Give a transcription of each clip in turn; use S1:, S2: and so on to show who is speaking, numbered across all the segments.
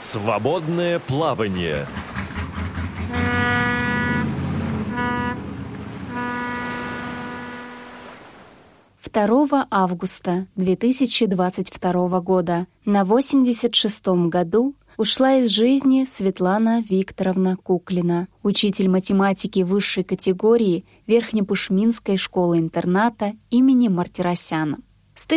S1: Свободное плавание.
S2: Второго августа 2022 года на 86-м году ушла из жизни Светлана Викторовна Куклина, учитель математики высшей категории Верхнепушминской школы-интерната имени Мартиросяна. С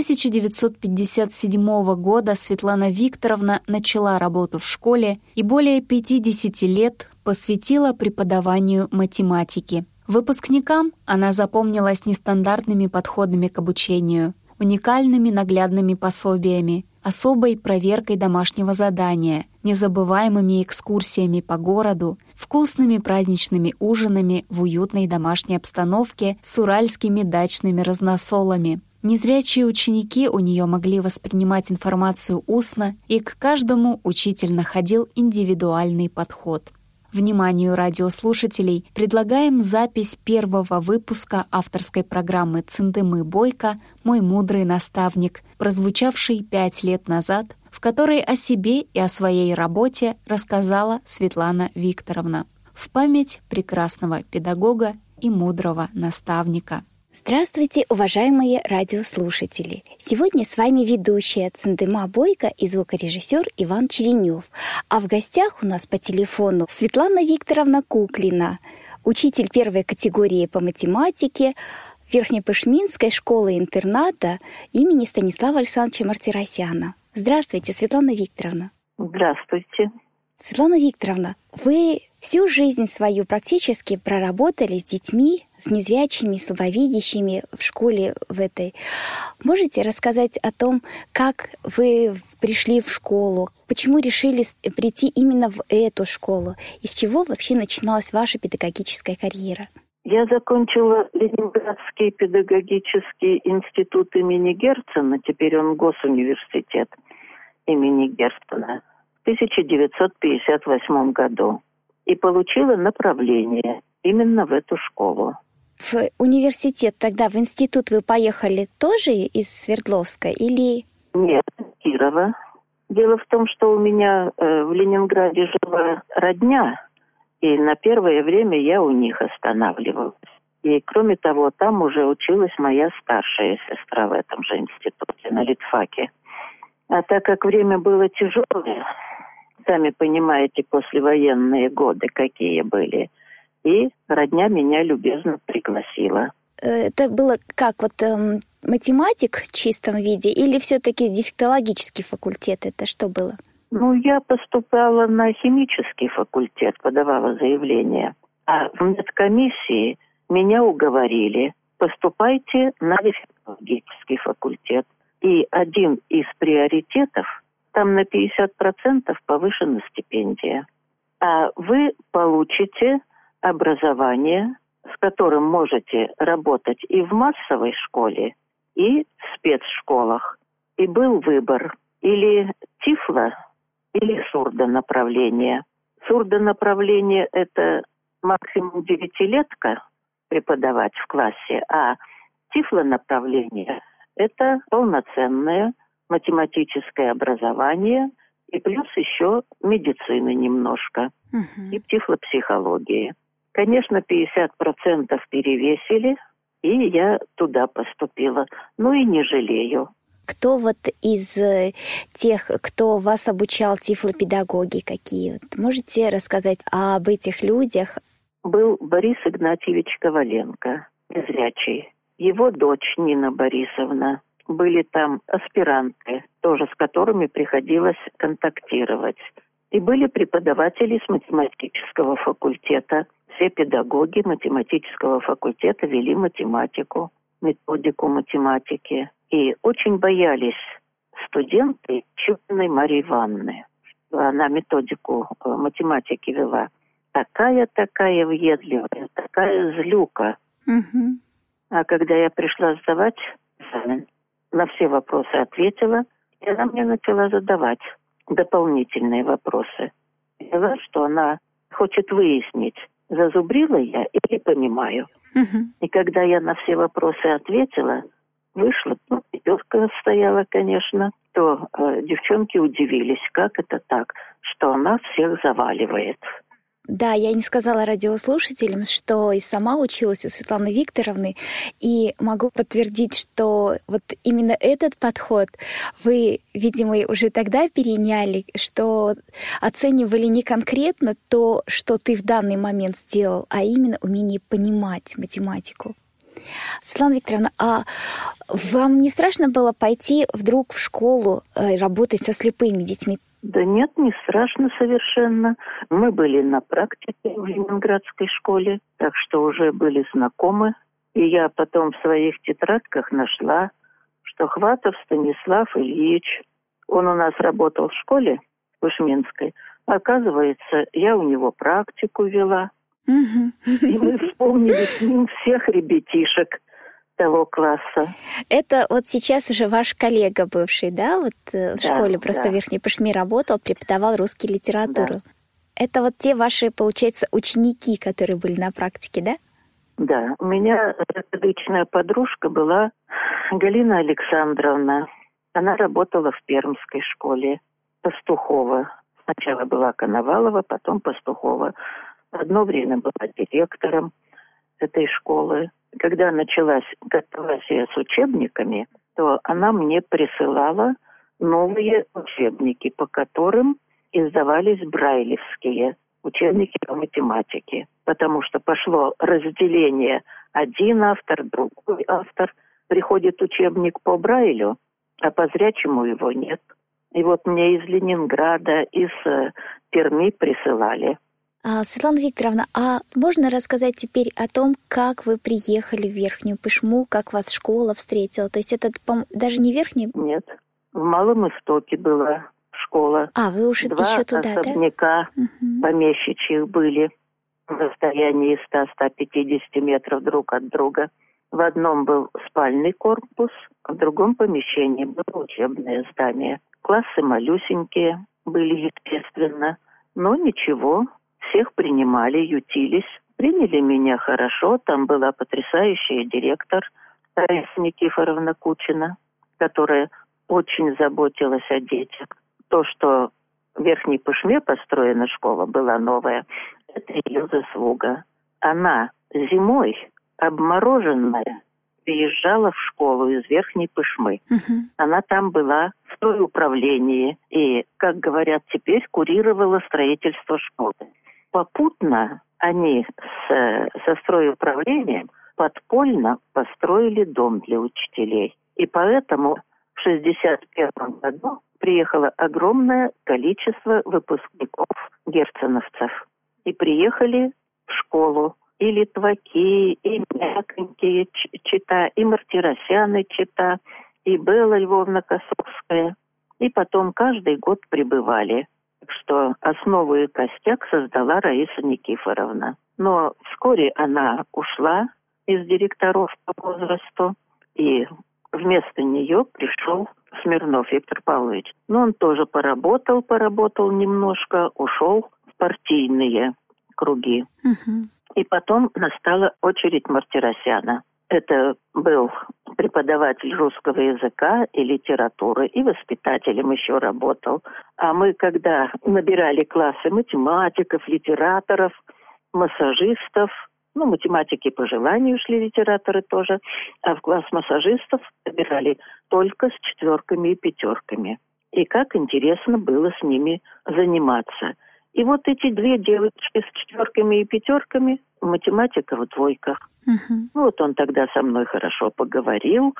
S2: 1957 года Светлана Викторовна начала работу в школе и более 50 лет посвятила преподаванию математики. Выпускникам она запомнилась нестандартными подходами к обучению, уникальными наглядными пособиями, особой проверкой домашнего задания, незабываемыми экскурсиями по городу, вкусными праздничными ужинами в уютной домашней обстановке с уральскими дачными разносолами. Незрячие ученики у нее могли воспринимать информацию устно, и к каждому учитель находил индивидуальный подход. Вниманию радиослушателей предлагаем запись первого выпуска авторской программы Цындымы Бойко «Мой мудрый наставник», прозвучавшей 5 лет назад, в которой о себе и о своей работе рассказала Светлана Викторовна. В память прекрасного педагога и мудрого наставника.
S3: Здравствуйте, уважаемые радиослушатели! Сегодня с вами ведущая Цындыма Бойко и звукорежиссер Иван Черенев. А в гостях у нас по телефону Светлана Викторовна Куклина, учитель первой категории по математике Верхнепушминской школы-интерната имени Станислава Александровича Мартиросяна. Здравствуйте, Светлана Викторовна.
S4: Здравствуйте.
S3: Светлана Викторовна, вы всю жизнь свою практически проработали с детьми, с незрячими, слабовидящими в школе в этой. Можете рассказать о том, как вы пришли в школу, почему решили прийти именно в эту школу, и с чего вообще начиналась ваша педагогическая карьера?
S4: Я закончила Ленинградский педагогический институт имени Герцена, теперь он Госуниверситет имени Герцена, в 1958 году и получила направление именно в эту школу.
S3: В университет тогда, в институт вы поехали тоже из Свердловска или...
S4: Нет, Кирова. Дело в том, что у меня в Ленинграде жила родня, и на первое время я у них останавливалась. И кроме того, там уже училась моя старшая сестра в этом же институте, на литфаке. А так как время было тяжелое, сами понимаете, послевоенные годы какие были, и родня меня любезно пригласила.
S3: Это было как, математик в чистом виде или все-таки дефектологический факультет? Это что было?
S4: Я поступала на химический факультет, подавала заявление. А в медкомиссии меня уговорили: поступайте на дефектологический факультет. И один из приоритетов, там на 50% повышена стипендия. А вы получите образование, с которым можете работать и в массовой школе, и в спецшколах. И был выбор: или тифло, или сурдонаправление. Сурдонаправление – это максимум 9-летка преподавать в классе, а тифлонаправление – это полноценное математическое образование и плюс еще медицины немножко, и тифлопсихологии. Конечно, 50% перевесили, и я туда поступила. И не жалею.
S3: Кто из тех, кто вас обучал тифлопедагоги, какие? Можете рассказать об этих людях?
S4: Был Борис Игнатьевич Коваленко, незрячий. Его дочь Нина Борисовна. Были там аспиранты, тоже с которыми приходилось контактировать. И были преподаватели с математического факультета. Все педагоги математического факультета вели математику, методику математики. И очень боялись студенты Чупиной Марии Ивановны. Она методику математики вела. Такая въедливая, такая злюка. А когда я пришла сдавать экзамен, на все вопросы ответила, и она мне начала задавать дополнительные вопросы. Поняла, что она хочет выяснить, зазубрила я или понимаю. И когда я на все вопросы ответила, вышла, пятерка стояла, конечно, то девчонки удивились, как это так, что она всех заваливает.
S3: Да, я не сказала радиослушателям, что и сама училась у Светланы Викторовны, и могу подтвердить, что вот именно этот подход вы, видимо, уже тогда переняли, что оценивали не конкретно то, что ты в данный момент сделал, а именно умение понимать математику. Светлана Викторовна, а вам не страшно было пойти вдруг в школу работать со слепыми детьми?
S4: Да нет, не страшно совершенно. Мы были на практике в Ленинградской школе, так что уже были знакомы. И я потом в своих тетрадках нашла, что Хватов Станислав Ильич, он у нас работал в школе Вышминской. Оказывается, я у него практику вела. И мы вспомнили с ним всех ребятишек того класса.
S3: Это вот сейчас уже ваш коллега бывший, да? Вот в школе просто в Верхней Пышме работал, преподавал русский литературу. Да. Это вот те ваши, получается, ученики, которые были на практике, да?
S4: Да. У меня личная подружка была Галина Александровна. Она работала в Пермской школе Пастухова. Сначала была Коновалова, потом Пастухова. Одно время была директором этой школы. Когда началась катавасия с учебниками, то она мне присылала новые учебники, по которым издавались брайлевские учебники по математике. Потому что пошло разделение: один автор, другой автор. Приходит учебник по Брайлю, а по зрячему его нет. И вот мне из Ленинграда, из Перми присылали.
S3: Светлана Викторовна, а можно рассказать теперь о том, как вы приехали в Верхнюю Пышму, как вас школа встретила? То есть это даже не Верхняя?
S4: Нет, в Малом Истоке была школа.
S3: Вы уж еще туда, да?
S4: 2 особняка помещичьих были в расстоянии 100-150 метров друг от друга. В одном был спальный корпус, в другом помещении было учебное здание. Классы малюсенькие были, естественно, но ничего. Всех принимали, ютились. Приняли меня хорошо. Там была потрясающая директор Раиса Никифоровна Кучина, которая очень заботилась о детях. То, что в Верхней Пышме построена школа, была новая, это ее заслуга. Она зимой, обмороженная, приезжала в школу из Верхней Пышмы. Она там была в стройуправлении и, как говорят теперь, курировала строительство школы. Попутно они со стройуправлением подпольно построили дом для учителей. И поэтому в 1961 году приехало огромное количество выпускников герценовцев. И приехали в школу и литваки, и мяконькие чита, и Мартиросяны чита, и Белла Львовна Косовская. И потом каждый год прибывали. Что основу и костяк создала Раиса Никифоровна. Но вскоре она ушла из директоров по возрасту, и вместо нее пришел Смирнов Виктор Павлович. Но он тоже поработал немножко, ушел в партийные круги. И потом настала очередь Мартиросяна. Это был преподаватель русского языка и литературы, и воспитателем еще работал. А мы, когда набирали классы математиков, литераторов, массажистов, математики по желанию шли, литераторы тоже, а в класс массажистов набирали только с 4 и 5. И как интересно было с ними заниматься. И вот эти 2 девочки с 4 и 5, математика в 2. Вот он тогда со мной хорошо поговорил,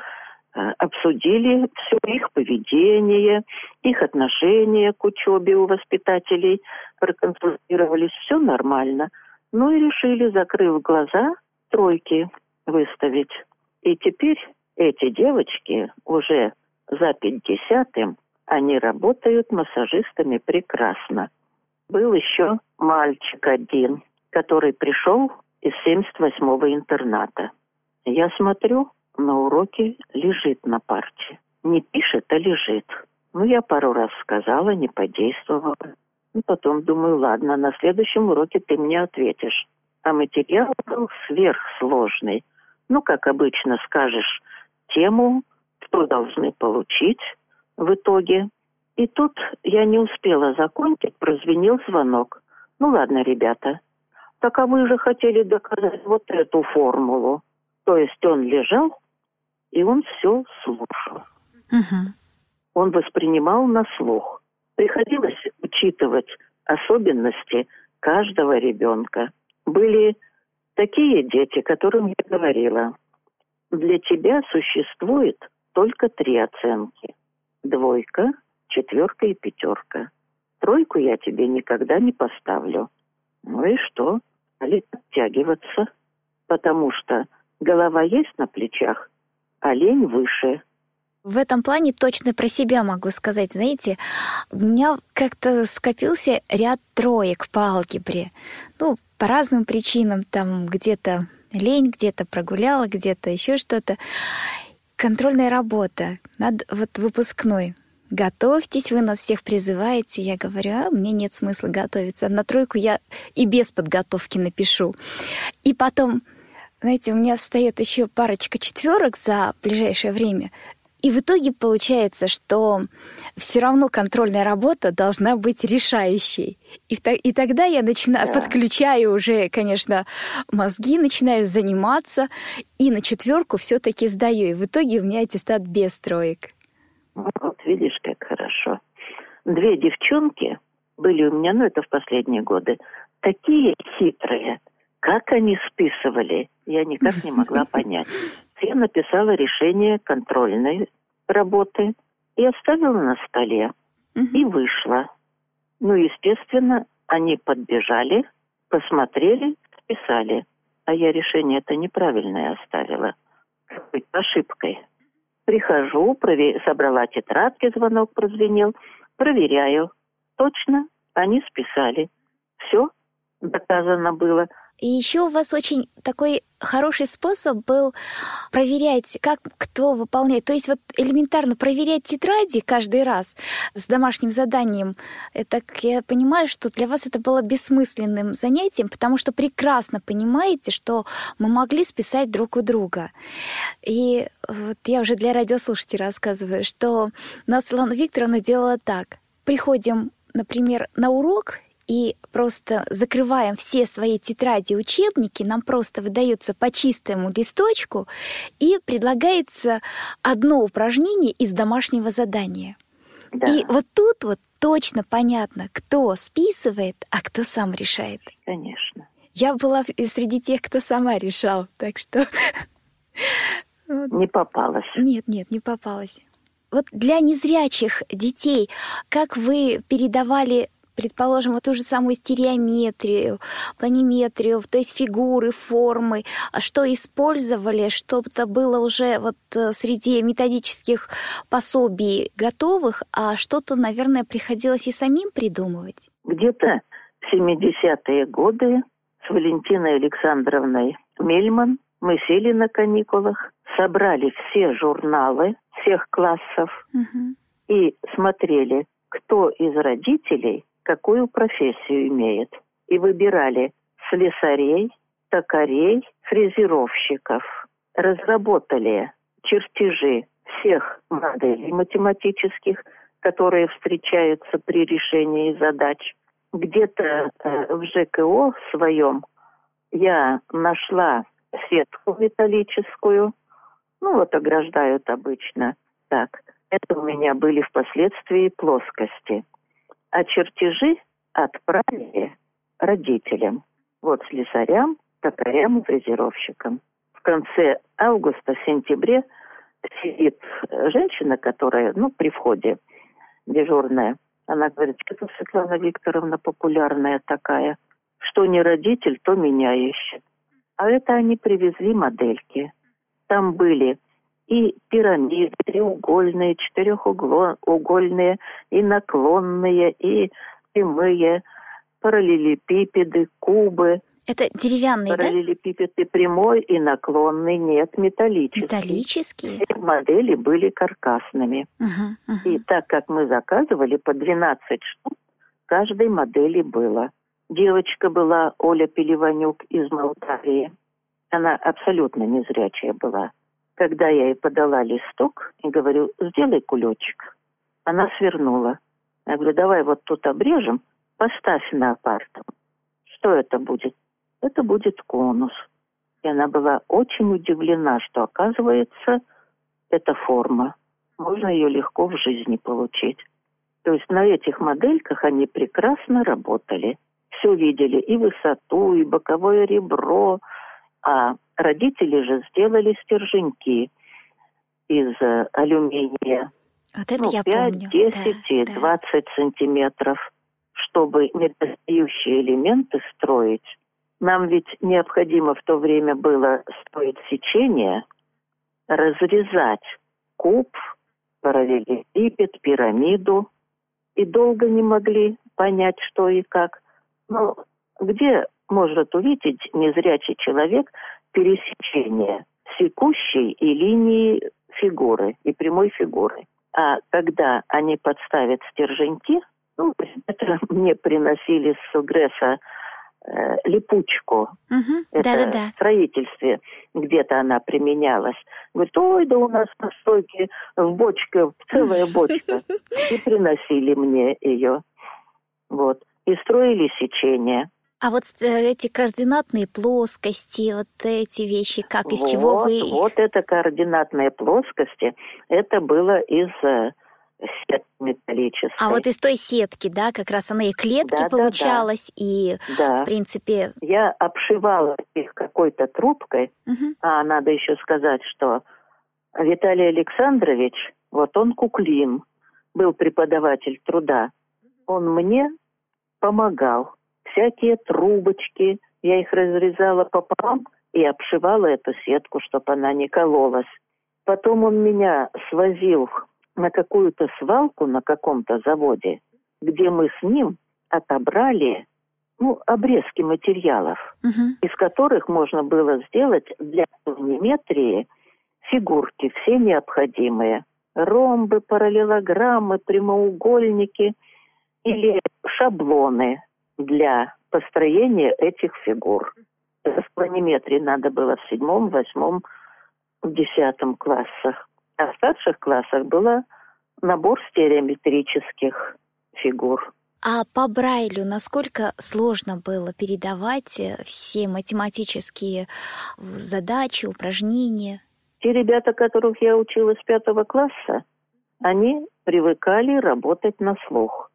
S4: обсудили все их поведение, их отношение к учебе у воспитателей, проконсультировались, все нормально. Ну и решили, закрыв глаза, 3 выставить. И теперь эти девочки уже за 50-м, они работают массажистами прекрасно. Был еще мальчик один, который пришел из 78-го интерната. Я смотрю, на уроке лежит на парте. Не пишет, а лежит. Я пару раз сказала, не подействовала. Потом думаю, ладно, на следующем уроке ты мне ответишь. А материал был сверхсложный. Как обычно скажешь тему, что должны получить в итоге. И тут я не успела закончить, прозвенел звонок. Ну ладно, ребята, так а вы же хотели доказать вот эту формулу. То есть он лежал, и он все слушал.
S3: Мгм.
S4: Он воспринимал на слух. Приходилось учитывать особенности каждого ребенка. Были такие дети, которым я говорила: для тебя существует только 3 оценки. 2, 4 и 5. 3 я тебе никогда не поставлю. Ну и что? Стали подтягиваться, потому что голова есть на плечах, а лень выше.
S3: В этом плане точно про себя могу сказать. Знаете, у меня как-то скопился ряд 3 по алгебре. Ну, по разным причинам. Там где-то лень, где-то прогуляла, где-то еще что-то. Контрольная работа. Вот выпускной. Готовьтесь, вы нас всех призываете. Я говорю, мне нет смысла готовиться. На 3 я и без подготовки напишу. И потом, знаете, у меня встает еще парочка 4 за ближайшее время. И в итоге получается, что все равно контрольная работа должна быть решающей. И тогда я начинаю, подключаю уже, конечно, мозги, начинаю заниматься, и на 4 все-таки сдаю. И в итоге у меня аттестат без 3.
S4: Вот видишь, как хорошо. 2 девчонки были у меня, это в последние годы, такие хитрые. Как они списывали, я никак не могла понять. Я написала решение контрольной работы и оставила на столе. И вышла. Ну, естественно, они подбежали, посмотрели, списали. А я решение-то неправильное оставила. Какой-то ошибкой. Прихожу, собрала тетрадки, звонок прозвенел. Проверяю. Точно, они списали. Все доказано было.
S3: И еще у вас очень такой хороший способ был проверять, как кто выполняет. То есть вот элементарно проверять тетради каждый раз с домашним заданием. Это, я понимаю, что для вас это было бессмысленным занятием, потому что прекрасно понимаете, что мы могли списать друг у друга. И вот я уже для радиослушателей рассказываю, что у нас Светлана Викторовна делала так. Приходим, например, на урок, и просто закрываем все свои тетради, учебники, нам просто выдается по чистому листочку и предлагается одно упражнение из домашнего задания.
S4: Да.
S3: И вот тут вот точно понятно, кто списывает, а кто сам решает.
S4: Конечно.
S3: Я была среди тех, кто сама решал, так что...
S4: Не попалась.
S3: Нет, не попалась. Вот для незрячих детей, как вы передавали, предположим, вот ту же самую стереометрию, планиметрию, то есть фигуры, формы, что использовали, что-то было уже вот среди методических пособий готовых, а что-то, наверное, приходилось и самим придумывать?
S4: Где-то в 70-е годы с Валентиной Александровной Мельман мы сели на каникулах, собрали все журналы всех классов и смотрели, кто из родителей какую профессию имеет. И выбирали слесарей, токарей, фрезеровщиков. Разработали чертежи всех моделей математических, которые встречаются при решении задач. Где-то в ЖКО своем я нашла сетку металлическую, ограждают обычно. Так, это у меня были впоследствии плоскости. А чертежи отправили родителям. Вот слесарям, токарям и фрезеровщикам. В конце августа, в сентябре сидит женщина, которая, при входе дежурная. Она говорит, что Светлана Викторовна популярная такая. Что не родитель, то меня ищет. А это они привезли модельки. Там были и пирамиды, треугольные, четырехугольные, и наклонные, и прямые, параллелепипеды, кубы.
S3: Это деревянные,
S4: параллелепипеды прямой и наклонный, нет, металлический.
S3: Металлические?
S4: Все модели были каркасными. И так как мы заказывали по 12 штук, каждой модели было. Девочка была Оля Пеливанюк из Молдавии. Она абсолютно незрячая была. Когда я ей подала листок и говорю, сделай кулечек, она свернула. Я говорю, давай вот тут обрежем, поставь на парту. Что это будет? Это будет конус. И она была очень удивлена, что, оказывается, это форма. Можно ее легко в жизни получить. То есть на этих модельках они прекрасно работали. Все видели, и высоту, и боковое ребро. А родители же сделали стерженьки из алюминия.
S3: Вот это я
S4: 5,
S3: помню.
S4: 10 и
S3: да.
S4: 20 сантиметров, чтобы недостающие элементы строить. Нам ведь необходимо в то время было строить сечение, разрезать куб, параллелепипед, пирамиду. И долго не могли понять, что и как. Но где может увидеть незрячий человек пересечение секущей и линии фигуры, и прямой фигуры? А когда они подставят стерженьки, это мне приносили с Сугресса липучку. Это в строительстве где-то она применялась. Говорит, ой, да у нас на стойке в бочке, целая бочка. И приносили мне ее. Вот. И строили сечение.
S3: А вот эти координатные плоскости, вот эти вещи, как, из чего вы...
S4: Вот это координатные плоскости, это было из сетки металлической.
S3: А вот из той сетки, да, как раз она и клетки получалась, и, в принципе...
S4: Я обшивала их какой-то трубкой, а надо еще сказать, что Виталий Александрович, вот он Куклин, был преподаватель труда, он мне помогал. Всякие трубочки, я их разрезала пополам и обшивала эту сетку, чтобы она не кололась. Потом он меня свозил на какую-то свалку на каком-то заводе, где мы с ним отобрали обрезки материалов, из которых можно было сделать для планиметрии фигурки, все необходимые. Ромбы, параллелограммы, прямоугольники или шаблоны для построения этих фигур. В планиметрии надо было в 7, 8, в 10 классах. А в старших классах был набор стереометрических фигур.
S3: А по Брайлю насколько сложно было передавать все математические задачи, упражнения?
S4: Те ребята, которых я учила с 5 класса, они привыкали работать на слух.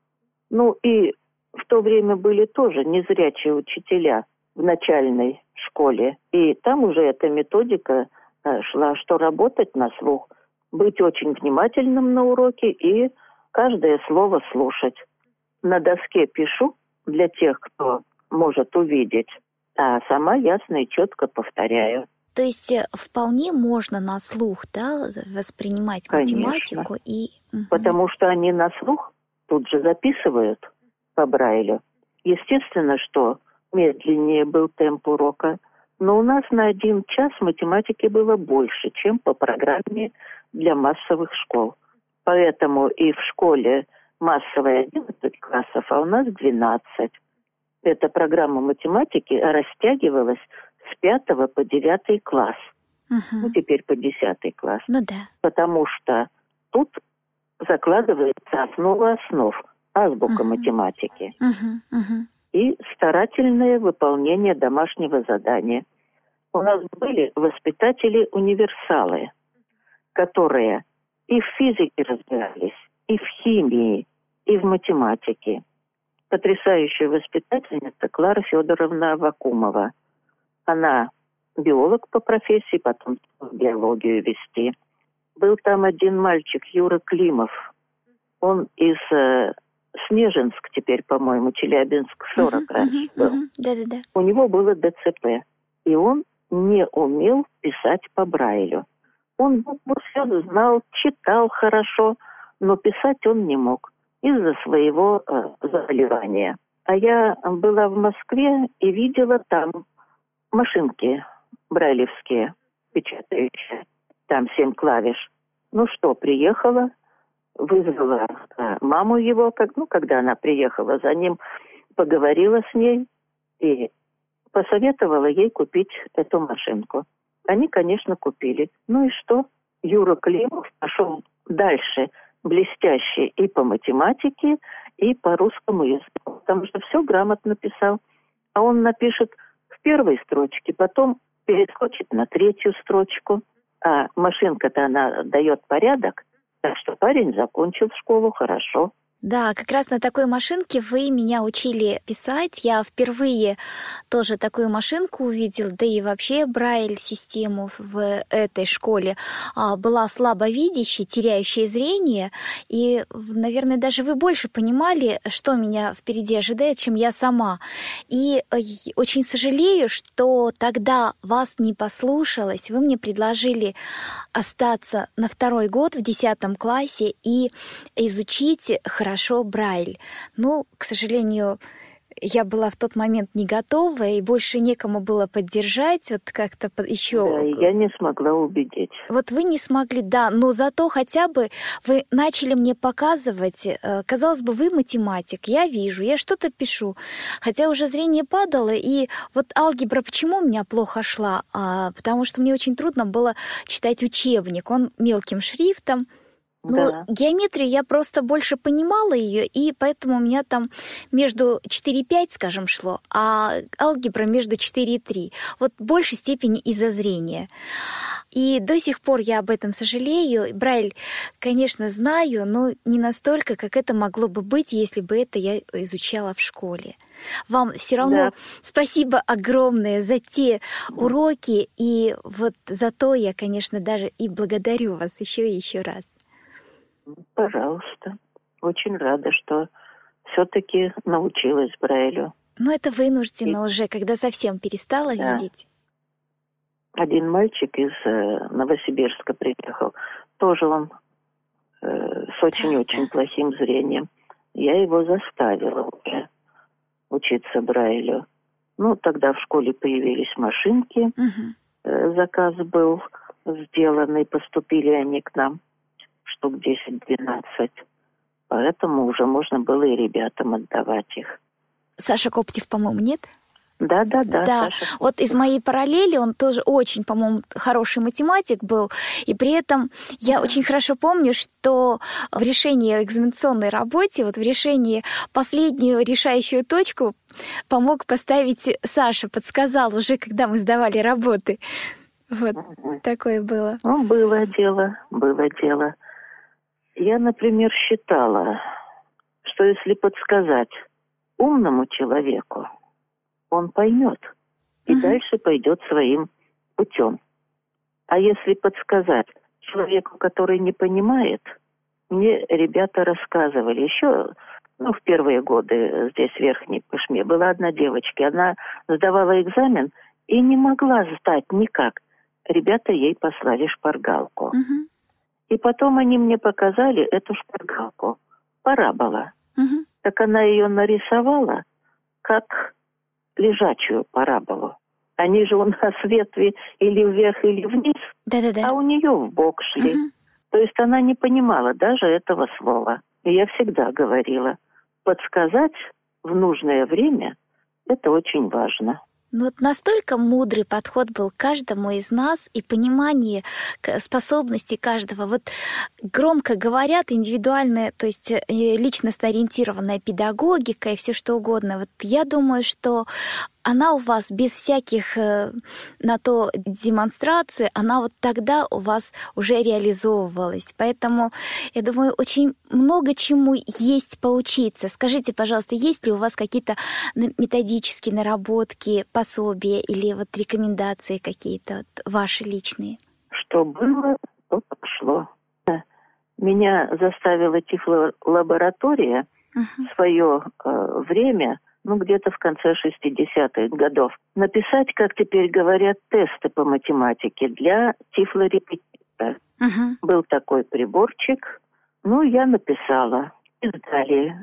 S4: И в то время были тоже незрячие учителя в начальной школе. И там уже эта методика шла, что работать на слух, быть очень внимательным на уроке и каждое слово слушать. На доске пишу для тех, кто может увидеть, а сама ясно и четко повторяю.
S3: То есть вполне можно на слух, да, воспринимать математику?
S4: Потому что они на слух тут же записывают по Брайлю. Естественно, что медленнее был темп урока, но у нас на 1 час математики было больше, чем по программе для массовых школ. Поэтому и в школе массовой 11 классов, а у нас 12. Эта программа математики растягивалась с 5 по 9 класс. Теперь по 10 класс. Потому что тут закладывается основа основ, азбука математики. И старательное выполнение домашнего задания. У нас были воспитатели-универсалы, которые и в физике разбирались, и в химии, и в математике. Потрясающая воспитательница Клара Федоровна Аввакумова. Она биолог по профессии, потом биологию вести. Был там один мальчик, Юра Климов. Он из Снежинск теперь, по-моему, Челябинск 40 раньше был. У него было ДЦП. И он не умел писать по Брайлю. Он все знал, читал хорошо, но писать он не мог из-за своего заболевания. А я была в Москве и видела там машинки брайлевские, печатающие. Там 7 клавиш. Приехала, вызвала маму его, когда она приехала за ним, поговорила с ней и посоветовала ей купить эту машинку. Они, конечно, купили. Ну и что? Юра Климов пошел дальше блестяще и по математике, и по русскому языку. Потому что все грамотно писал. А он напишет в первой строчке, потом перескочит на третью строчку. А машинка-то она дает порядок, так что парень закончил школу хорошо.
S3: Да, как раз на такой машинке вы меня учили писать. Я впервые тоже такую машинку увидела, да и вообще Брайль-систему в этой школе. Была слабовидящей, теряющей зрение, и, наверное, даже вы больше понимали, что меня впереди ожидает, чем я сама. И очень сожалею, что тогда вас не послушалась. Вы мне предложили остаться на второй год в 10 классе и изучить хорошо Брайль. Но, к сожалению, я была в тот момент не готова, и больше некому было поддержать, вот как-то еще...
S4: Да, я не смогла убедить.
S3: Вот вы не смогли, да, но зато хотя бы вы начали мне показывать, казалось бы, вы математик, я вижу, я что-то пишу, хотя уже зрение падало, и вот алгебра почему у меня плохо шла? Потому что мне очень трудно было читать учебник, он мелким шрифтом. Ну,
S4: Да.
S3: геометрию я просто больше понимала ее, и поэтому у меня там между 4,5, скажем, шло, а алгебра между 4 и 3. Вот в большей степени из-за зрения. И до сих пор я об этом сожалею. Брайль, конечно, знаю, но не настолько, как это могло бы быть, если бы это я изучала в школе. Вам все равно спасибо огромное за те уроки, и вот за то я, конечно, даже и благодарю вас еще и еще раз.
S4: Пожалуйста. Очень рада, что все-таки научилась Брайлю.
S3: Но это вынужденно уже, когда совсем перестала видеть.
S4: Один мальчик из Новосибирска приехал. Тоже он с очень-очень плохим зрением. Я его заставила уже учиться Брайлю. Ну, тогда в школе появились машинки. Заказ был сделанный, поступили они к нам. Штук 10-12. Поэтому уже можно было и ребятам отдавать их.
S3: Саша Коптев, по-моему, нет?
S4: Да.
S3: Да, вот из моей параллели он тоже очень, по-моему, хороший математик был. И при этом я очень хорошо помню, что в решении экзаменационной работе, вот в решении последнюю решающую точку помог поставить Саша, подсказал уже, когда мы сдавали работы. Вот такое было.
S4: Ну, было дело. Я, например, считала, что если подсказать умному человеку, он поймет и дальше пойдет своим путем. А если подсказать человеку, который не понимает, мне ребята рассказывали, еще в первые годы здесь в Верхней Пышме была одна девочка, она сдавала экзамен и не могла сдать никак. Ребята ей послали шпаргалку. И потом они мне показали эту шпаргалку. Парабола. Так она ее нарисовала как лежачую параболу. Они же у нас ветви или вверх, или вниз, а у нее вбок шли. То есть она не понимала даже этого слова. И я всегда говорила, подсказать в нужное время – это очень важно.
S3: Ну вот настолько мудрый подход был к каждому из нас и понимание способностей каждого. Вот громко говорят индивидуальная, то есть личностно-ориентированная педагогика и все что угодно. Вот я думаю, что она у вас без всяких на то демонстраций, она вот тогда у вас уже реализовывалась. Поэтому, я думаю, очень много чему есть поучиться. Скажите, пожалуйста, есть ли у вас какие-то методические наработки, пособия или вот рекомендации какие-то вот ваши личные?
S4: Что было, то пошло. Меня заставила тифлолаборатория в свое время, где-то в конце 60-х годов, написать, как теперь говорят, тесты по математике для тифлорепетитора. Был такой приборчик, я написала. Издали.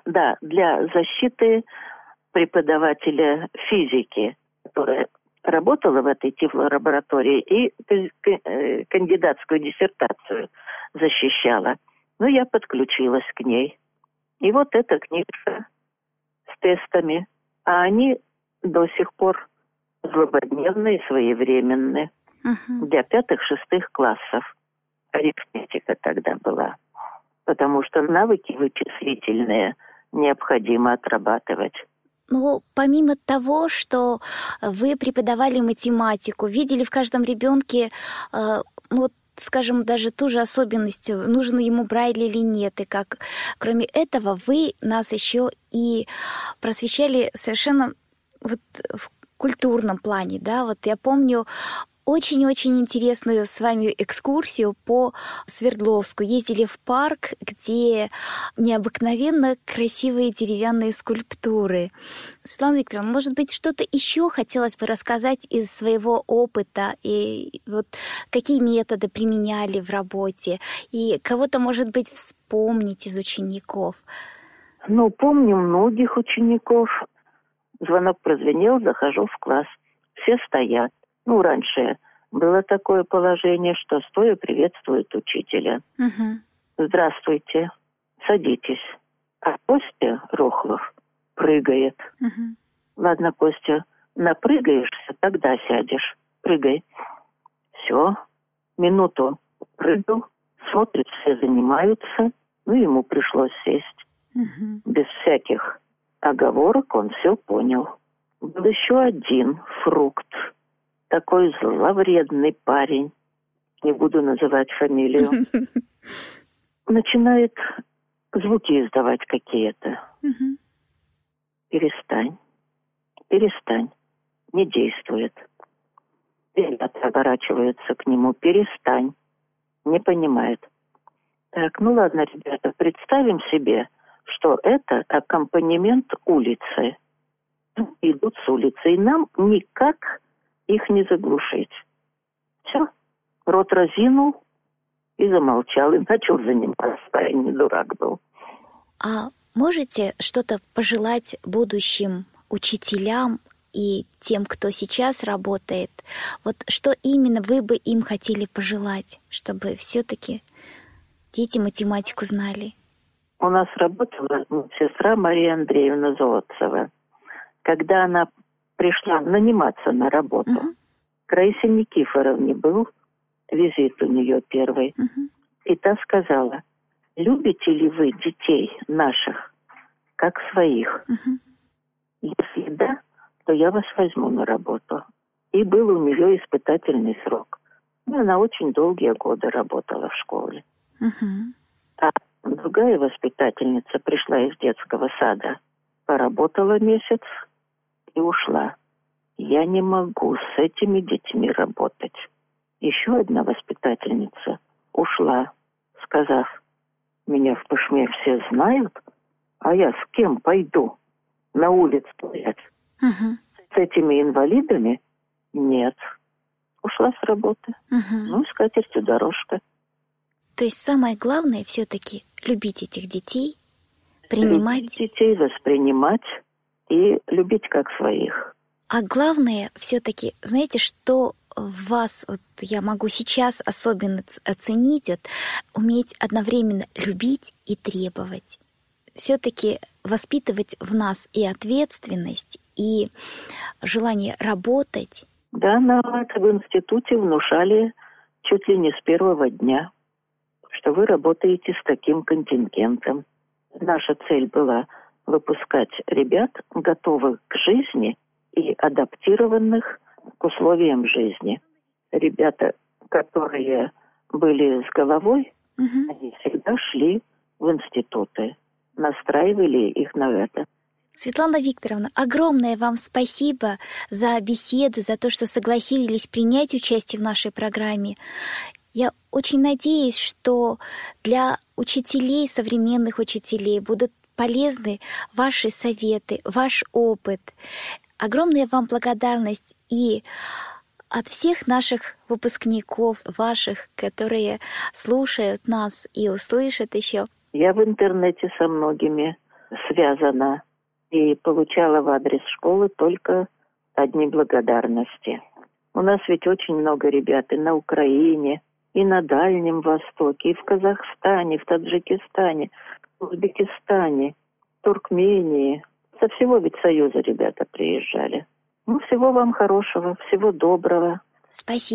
S4: Для защиты преподавателя физики, которая работала в этой тифлолаборатории и кандидатскую диссертацию защищала. Я подключилась к ней. И вот эта книжка с тестами, а они до сих пор злободневные, своевременные. для 5-6 классов. Арифметика тогда была. Потому что навыки вычислительные необходимо отрабатывать.
S3: Ну, помимо того, что вы преподавали математику, видели в каждом ребенке, скажем, даже ту же особенность, нужен ему Брайль или нет. И как, кроме этого, вы нас еще и просвещали совершенно в культурном плане, да. Вот я помню очень-очень интересную с вами экскурсию по Свердловску. Ездили в парк, где необыкновенно красивые деревянные скульптуры. Светлана Викторовна, может быть, что-то еще хотелось бы рассказать из своего опыта? И вот какие методы применяли в работе? И кого-то, может быть, вспомнить из учеников?
S4: Помню многих учеников. Звонок прозвенел, захожу в класс. Все стоят. Раньше было такое положение, что стоя приветствует учителя. Здравствуйте, садитесь. А Костя Рохлов прыгает. Ладно, Костя, напрыгаешься, тогда сядешь. Прыгай. Все, минуту прыгал, смотрит, все занимаются. Ему пришлось сесть. Без всяких оговорок он все понял. Был еще один фрукт. Такой зловредный парень, не буду называть фамилию, начинает звуки издавать какие-то. Перестань, не действует. Ребята оборачиваются к нему, перестань, не понимает. Так, ладно, ребята, представим себе, что это аккомпанемент улицы. Идут с улицы, и нам никак их не заглушить. Все, рот разинул и замолчал, и начал заниматься. Парень не дурак был.
S3: А можете что-то пожелать будущим учителям и тем, кто сейчас работает? Вот что именно вы бы им хотели пожелать, чтобы все-таки дети математику знали?
S4: У нас работала сестра Мария Андреевна Золотцева. Когда она пришла наниматься на работу, к Раисе Никифоровне был визит у нее первый. И та сказала: любите ли вы детей наших, как своих? Если да, то я вас возьму на работу. И был у нее испытательный срок. Она очень долгие годы работала в школе. А другая воспитательница пришла из детского сада, поработала месяц и ушла. Я не могу с этими детьми работать. Еще одна воспитательница ушла, сказав: меня в Пышме все знают, а я с кем пойду на улицу гулять? С этими инвалидами? Нет. Ушла с работы. С катертью дорожка.
S3: То есть самое главное все-таки любить этих детей, принимать.
S4: Любить детей, воспринимать и любить как своих.
S3: А главное все-таки, знаете, что в вас, вот я могу сейчас особенно оценить, уметь одновременно любить и требовать. Все-таки воспитывать в нас и ответственность, и желание работать.
S4: Да, нам это в институте внушали чуть ли не с первого дня, что вы работаете с таким контингентом. Наша цель была выпускать ребят, готовых к жизни и адаптированных к условиям жизни. Ребята, которые были с головой, они всегда шли в институты, настраивали их на это.
S3: Светлана Викторовна, огромное вам спасибо за беседу, за то, что согласились принять участие в нашей программе. Я очень надеюсь, что для учителей, современных учителей, будут полезны ваши советы, ваш опыт. Огромная вам благодарность и от всех наших выпускников, ваших, которые слушают нас и услышат еще.
S4: Я в интернете со многими связана и получала в адрес школы только одни благодарности. У нас ведь очень много ребят и на Украине, и на Дальнем Востоке, и в Казахстане, в Таджикистане, в Узбекистане, в Туркмении. Со всего ведь Союза ребята приезжали. Всего вам хорошего, всего доброго.
S3: Спасибо.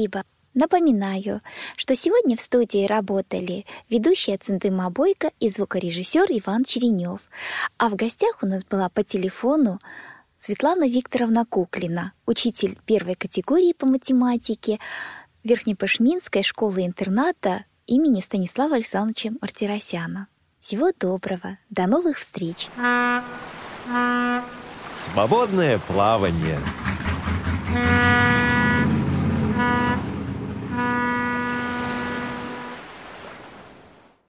S3: Напоминаю, что сегодня в студии работали ведущая Центыма Бойко и звукорежиссер Иван Черенев. А в гостях у нас была по телефону Светлана Викторовна Куклина, учитель первой категории по математике Верхнепышминской школы-интерната имени Станислава Александровича Мартиросяна. Всего доброго, до новых встреч!
S1: Свободное плавание.